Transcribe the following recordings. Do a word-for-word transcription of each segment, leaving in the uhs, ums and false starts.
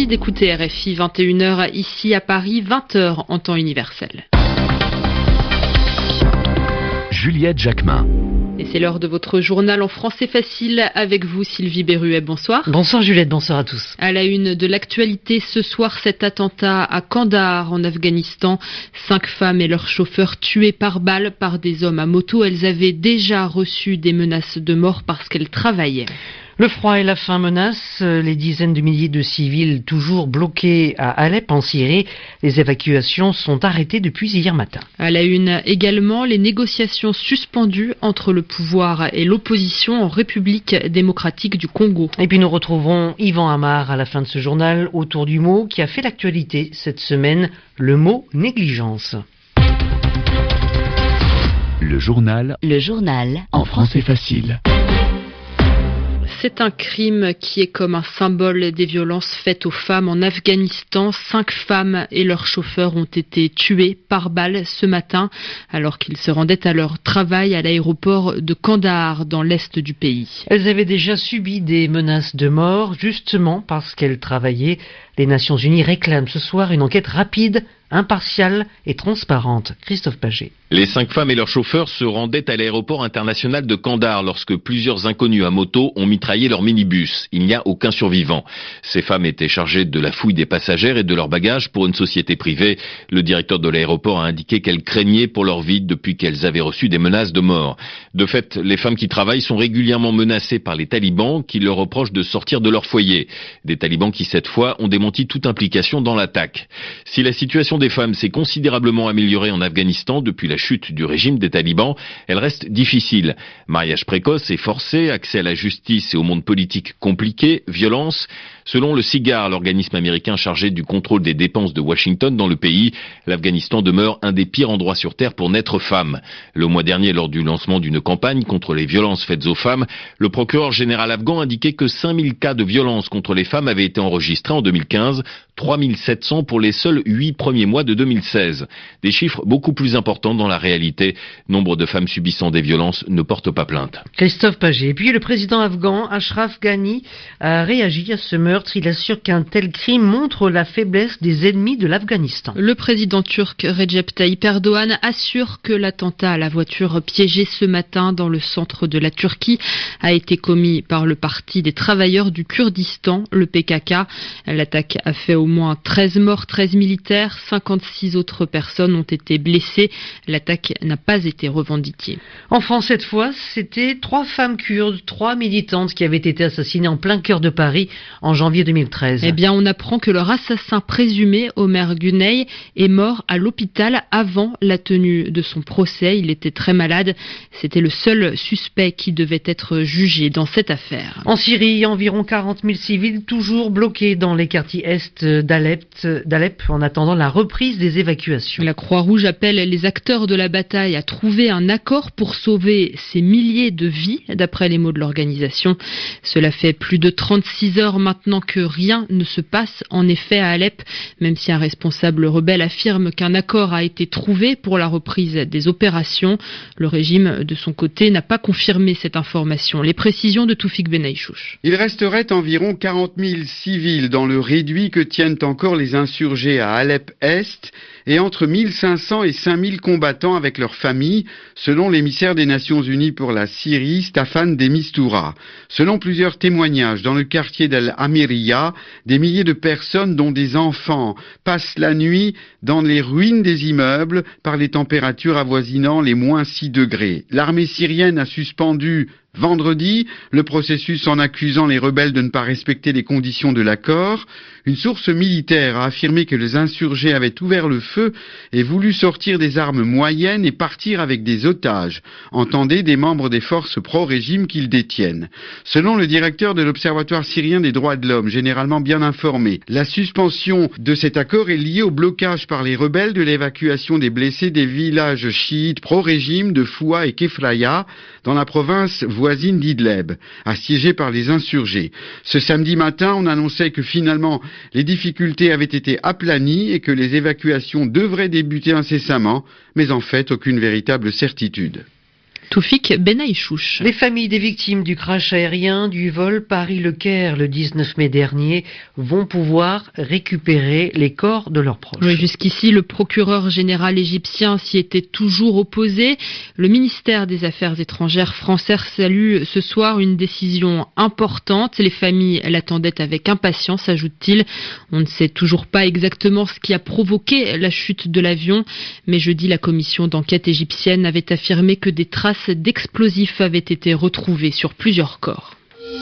d'écouter R F I, vingt et une heures ici à Paris, vingt heures en temps universel. Juliette Jacquemin. Et c'est l'heure de votre journal en français facile avec vous, Sylvie Berruet. Bonsoir. Bonsoir Juliette, bonsoir à tous. À la une de l'actualité ce soir, cet attentat à Kandahar en Afghanistan. Cinq femmes et leurs chauffeurs tués par balle par des hommes à moto. Elles avaient déjà reçu des menaces de mort parce qu'elles travaillaient. Le froid et la faim menacent les dizaines de milliers de civils toujours bloqués à Alep en Syrie. Les évacuations sont arrêtées depuis hier matin. À la une également, les négociations suspendues entre le pouvoir et l'opposition en République démocratique du Congo. Et puis nous retrouverons Yvan Amar à la fin de ce journal autour du mot qui a fait l'actualité cette semaine, le mot négligence. Le journal. Le journal. En français facile. C'est un crime qui est comme un symbole des violences faites aux femmes en Afghanistan. Cinq femmes et leurs chauffeurs ont été tués par balle ce matin alors qu'ils se rendaient à leur travail à l'aéroport de Kandahar dans l'est du pays. Elles avaient déjà subi des menaces de mort justement parce qu'elles travaillaient. Les Nations Unies réclament ce soir une enquête rapide, impartiale et transparente. Christophe Paget. Les cinq femmes et leurs chauffeurs se rendaient à l'aéroport international de Kandahar lorsque plusieurs inconnus à moto ont mitraillé leur minibus. Il n'y a aucun survivant. Ces femmes étaient chargées de la fouille des passagers et de leurs bagages pour une société privée. Le directeur de l'aéroport a indiqué qu'elles craignaient pour leur vie depuis qu'elles avaient reçu des menaces de mort. De fait, les femmes qui travaillent sont régulièrement menacées par les talibans qui leur reprochent de sortir de leur foyer. Des talibans qui, cette fois, ont démenti toute implication dans l'attaque. Si la situation des femmes s'est considérablement améliorée en Afghanistan depuis la chute du régime des talibans, elle reste difficile. Mariage précoce et forcé, accès à la justice et au monde politique compliqué, violence. Selon le SIGAR, l'organisme américain chargé du contrôle des dépenses de Washington dans le pays, l'Afghanistan demeure un des pires endroits sur Terre pour naître femme. Le mois dernier, lors du lancement d'une campagne contre les violences faites aux femmes, le procureur général afghan indiquait que cinq mille cas de violences contre les femmes avaient été enregistrés en deux mille quinze, trois mille sept cents pour les seuls huit premiers mois de deux mille seize. Des chiffres beaucoup plus importants dans la réalité. Nombre de femmes subissant des violences ne portent pas plainte. Christophe Paget. Et puis le président afghan, Ashraf Ghani, a réagi à ce meurtre. Il assure qu'un tel crime montre la faiblesse des ennemis de l'Afghanistan. Le président turc Recep Tayyip Erdogan assure que l'attentat à la voiture piégée ce matin dans le centre de la Turquie a été commis par le Parti des travailleurs du Kurdistan, le P K K. L'attaque a fait au moins treize morts, treize militaires, cinquante-six autres personnes ont été blessées. L'attaque n'a pas été revendiquée. En France, cette fois, c'était trois femmes kurdes, trois militantes qui avaient été assassinées en plein cœur de Paris en janvier deux mille treize. Eh bien, on apprend que leur assassin présumé, Omer Güney, est mort à l'hôpital avant la tenue de son procès. Il était très malade. C'était le seul suspect qui devait être jugé dans cette affaire. En Syrie, environ quarante mille civils toujours bloqués dans les quartiers est d'Alep, d'Alep en attendant la reprise des évacuations. La Croix-Rouge appelle les acteurs de la bataille à trouver un accord pour sauver ces milliers de vies, d'après les mots de l'organisation. Cela fait plus de trente-six heures maintenant que rien ne se passe en effet à Alep, même si un responsable rebelle affirme qu'un accord a été trouvé pour la reprise des opérations. Le régime, de son côté, n'a pas confirmé cette information. Les précisions de Toufik Benaïchouch. Il resterait environ quarante mille civils dans le réduit que tiennent encore les insurgés à Alep-Est et entre mille cinq cents et cinq mille combattants avec leurs familles, selon l'émissaire des Nations Unies pour la Syrie, Staffan de Mistura. Selon plusieurs témoignages, dans le quartier d'Al Amiriya, des milliers de personnes, dont des enfants, passent la nuit dans les ruines des immeubles par les températures avoisinant les moins six degrés. L'armée syrienne a suspendu vendredi le processus en accusant les rebelles de ne pas respecter les conditions de l'accord. Une source militaire a affirmé que les insurgés avaient ouvert le feu et voulu sortir des armes moyennes et partir avec des otages, entendez des membres des forces pro-régime qu'ils détiennent. Selon le directeur de l'Observatoire syrien des droits de l'homme, généralement bien informé, la suspension de cet accord est liée au blocage par les rebelles de l'évacuation des blessés des villages chiites pro-régime de Foua et Kefraya, dans la province voisine d'Idleb, assiégée par les insurgés. Ce samedi matin, on annonçait que finalement les difficultés avaient été aplanies et que les évacuations devraient débuter incessamment, mais en fait aucune véritable certitude. Toufik Benaïchouch. Les familles des victimes du crash aérien du vol Paris-Le Caire le dix-neuf mai dernier vont pouvoir récupérer les corps de leurs proches. Oui, jusqu'ici, le procureur général égyptien s'y était toujours opposé. Le ministère des Affaires étrangères français salue ce soir une décision importante. Les familles l'attendaient avec impatience, ajoute-t-il. On ne sait toujours pas exactement ce qui a provoqué la chute de l'avion, mais jeudi, la commission d'enquête égyptienne avait affirmé que des traces d'explosifs avaient été retrouvés sur plusieurs corps.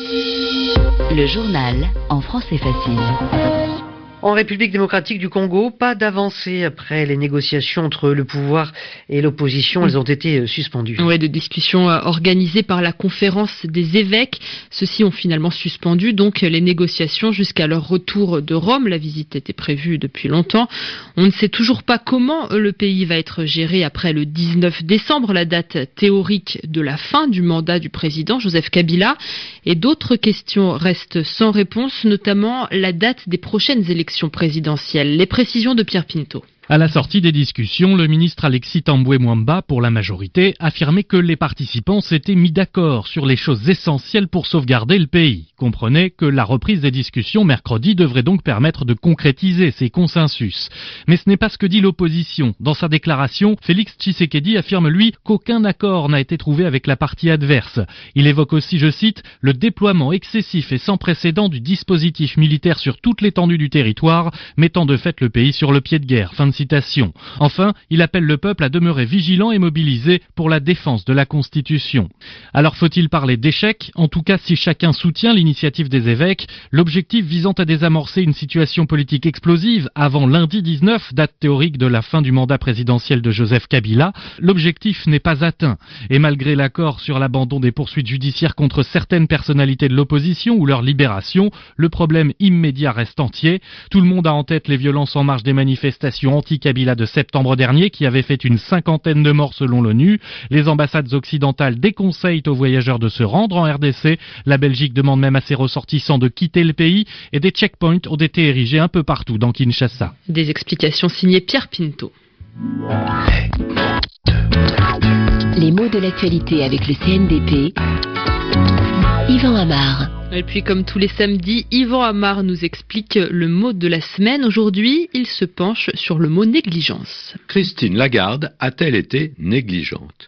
Le journal en français facile. En République démocratique du Congo, pas d'avancée après les négociations entre le pouvoir et l'opposition. Elles ont été suspendues. Oui, de discussions organisées par la conférence des évêques. Ceux-ci ont finalement suspendu donc les négociations jusqu'à leur retour de Rome. La visite était prévue depuis longtemps. On ne sait toujours pas comment le pays va être géré après le dix-neuf décembre, la date théorique de la fin du mandat du président Joseph Kabila. Et d'autres questions restent sans réponse, notamment la date des prochaines élections présidentielle. Les précisions de Pierre Pinto. À la sortie des discussions, le ministre Alexis Tambwe Mwamba, pour la majorité, affirmait que les participants s'étaient mis d'accord sur les choses essentielles pour sauvegarder le pays. Comprenez que la reprise des discussions mercredi devrait donc permettre de concrétiser ces consensus. Mais ce n'est pas ce que dit l'opposition. Dans sa déclaration, Félix Tshisekedi affirme lui qu'aucun accord n'a été trouvé avec la partie adverse. Il évoque aussi, je cite, le déploiement excessif et sans précédent du dispositif militaire sur toute l'étendue du territoire, mettant de fait le pays sur le pied de guerre. Fin de citation. Enfin, il appelle le peuple à demeurer vigilant et mobilisé pour la défense de la Constitution. Alors faut-il parler d'échec ? En tout cas, si chacun soutient l'initiative des évêques, l'objectif visant à désamorcer une situation politique explosive avant lundi dix-neuf, date théorique de la fin du mandat présidentiel de Joseph Kabila, l'objectif n'est pas atteint. Et malgré l'accord sur l'abandon des poursuites judiciaires contre certaines personnalités de l'opposition ou leur libération, le problème immédiat reste entier. Tout le monde a en tête les violences en marge des manifestations anti-Kabila de septembre dernier qui avait fait une cinquantaine de morts selon l'ONU. Les ambassades occidentales déconseillent aux voyageurs de se rendre en R D C. La Belgique demande même à ses ressortissants de quitter le pays et des checkpoints ont été érigés un peu partout dans Kinshasa. Des explications signées Pierre Pinto. Les mots de l'actualité avec le C N D P. Yvan Amar. Et puis comme tous les samedis, Yvan Amar nous explique le mot de la semaine. Aujourd'hui, il se penche sur le mot négligence. Christine Lagarde a-t-elle été négligente ?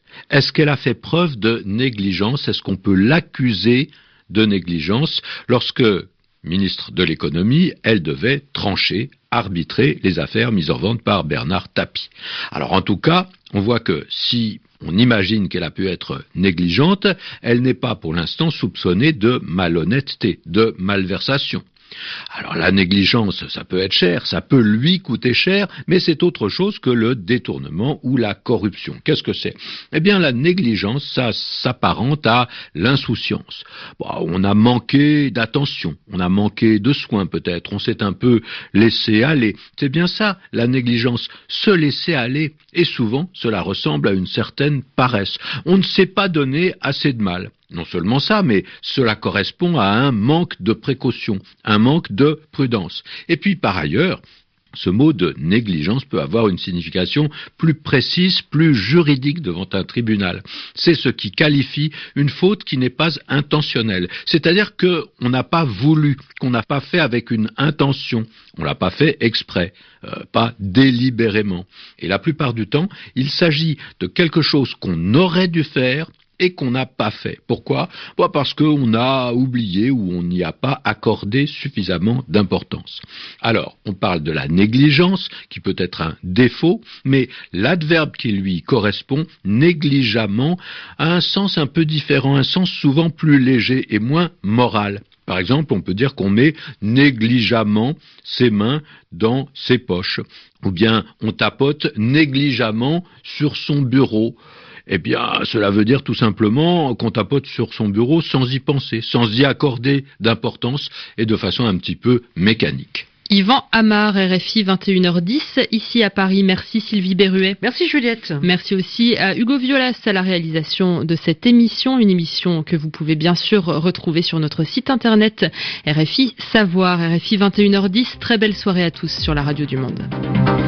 Est-ce qu'elle a fait preuve de négligence ? Est-ce qu'on peut l'accuser de négligence lorsque, ministre de l'économie, elle devait trancher, arbitrer les affaires mises en vente par Bernard Tapie ? Alors en tout cas, on voit que si on imagine qu'elle a pu être négligente, elle n'est pas pour l'instant soupçonnée de malhonnêteté, de malversation. Alors la négligence, ça peut être cher, ça peut lui coûter cher, mais c'est autre chose que le détournement ou la corruption. Qu'est-ce que c'est ? Eh bien la négligence, ça s'apparente à l'insouciance. Bon, on a manqué d'attention, on a manqué de soins peut-être, on s'est un peu laissé aller. C'est bien ça, la négligence, se laisser aller. Et souvent, cela ressemble à une certaine paresse. On ne s'est pas donné assez de mal. Non seulement ça, mais cela correspond à un manque de précaution, un manque de prudence. Et puis par ailleurs, ce mot de négligence peut avoir une signification plus précise, plus juridique devant un tribunal. C'est ce qui qualifie une faute qui n'est pas intentionnelle. C'est-à-dire qu'on n'a pas voulu, qu'on n'a pas fait avec une intention, on l'a pas fait exprès, euh, pas délibérément. Et la plupart du temps, il s'agit de quelque chose qu'on aurait dû faire et qu'on n'a pas fait. Pourquoi ? Bah parce qu'on a oublié ou on n'y a pas accordé suffisamment d'importance. Alors, on parle de la négligence, qui peut être un défaut, mais l'adverbe qui lui correspond, négligemment, a un sens un peu différent, un sens souvent plus léger et moins moral. Par exemple, on peut dire qu'on met négligemment ses mains dans ses poches, ou bien on tapote négligemment sur son bureau. Eh bien, cela veut dire tout simplement qu'on tapote sur son bureau sans y penser, sans y accorder d'importance et de façon un petit peu mécanique. Yvan Amar, R F I vingt et une heures dix, ici à Paris. Merci Sylvie Berruet. Merci Juliette. Merci aussi à Hugo Violas à la réalisation de cette émission, une émission que vous pouvez bien sûr retrouver sur notre site internet R F I Savoir, R F I vingt et une heures dix. Très belle soirée à tous sur la radio du Monde.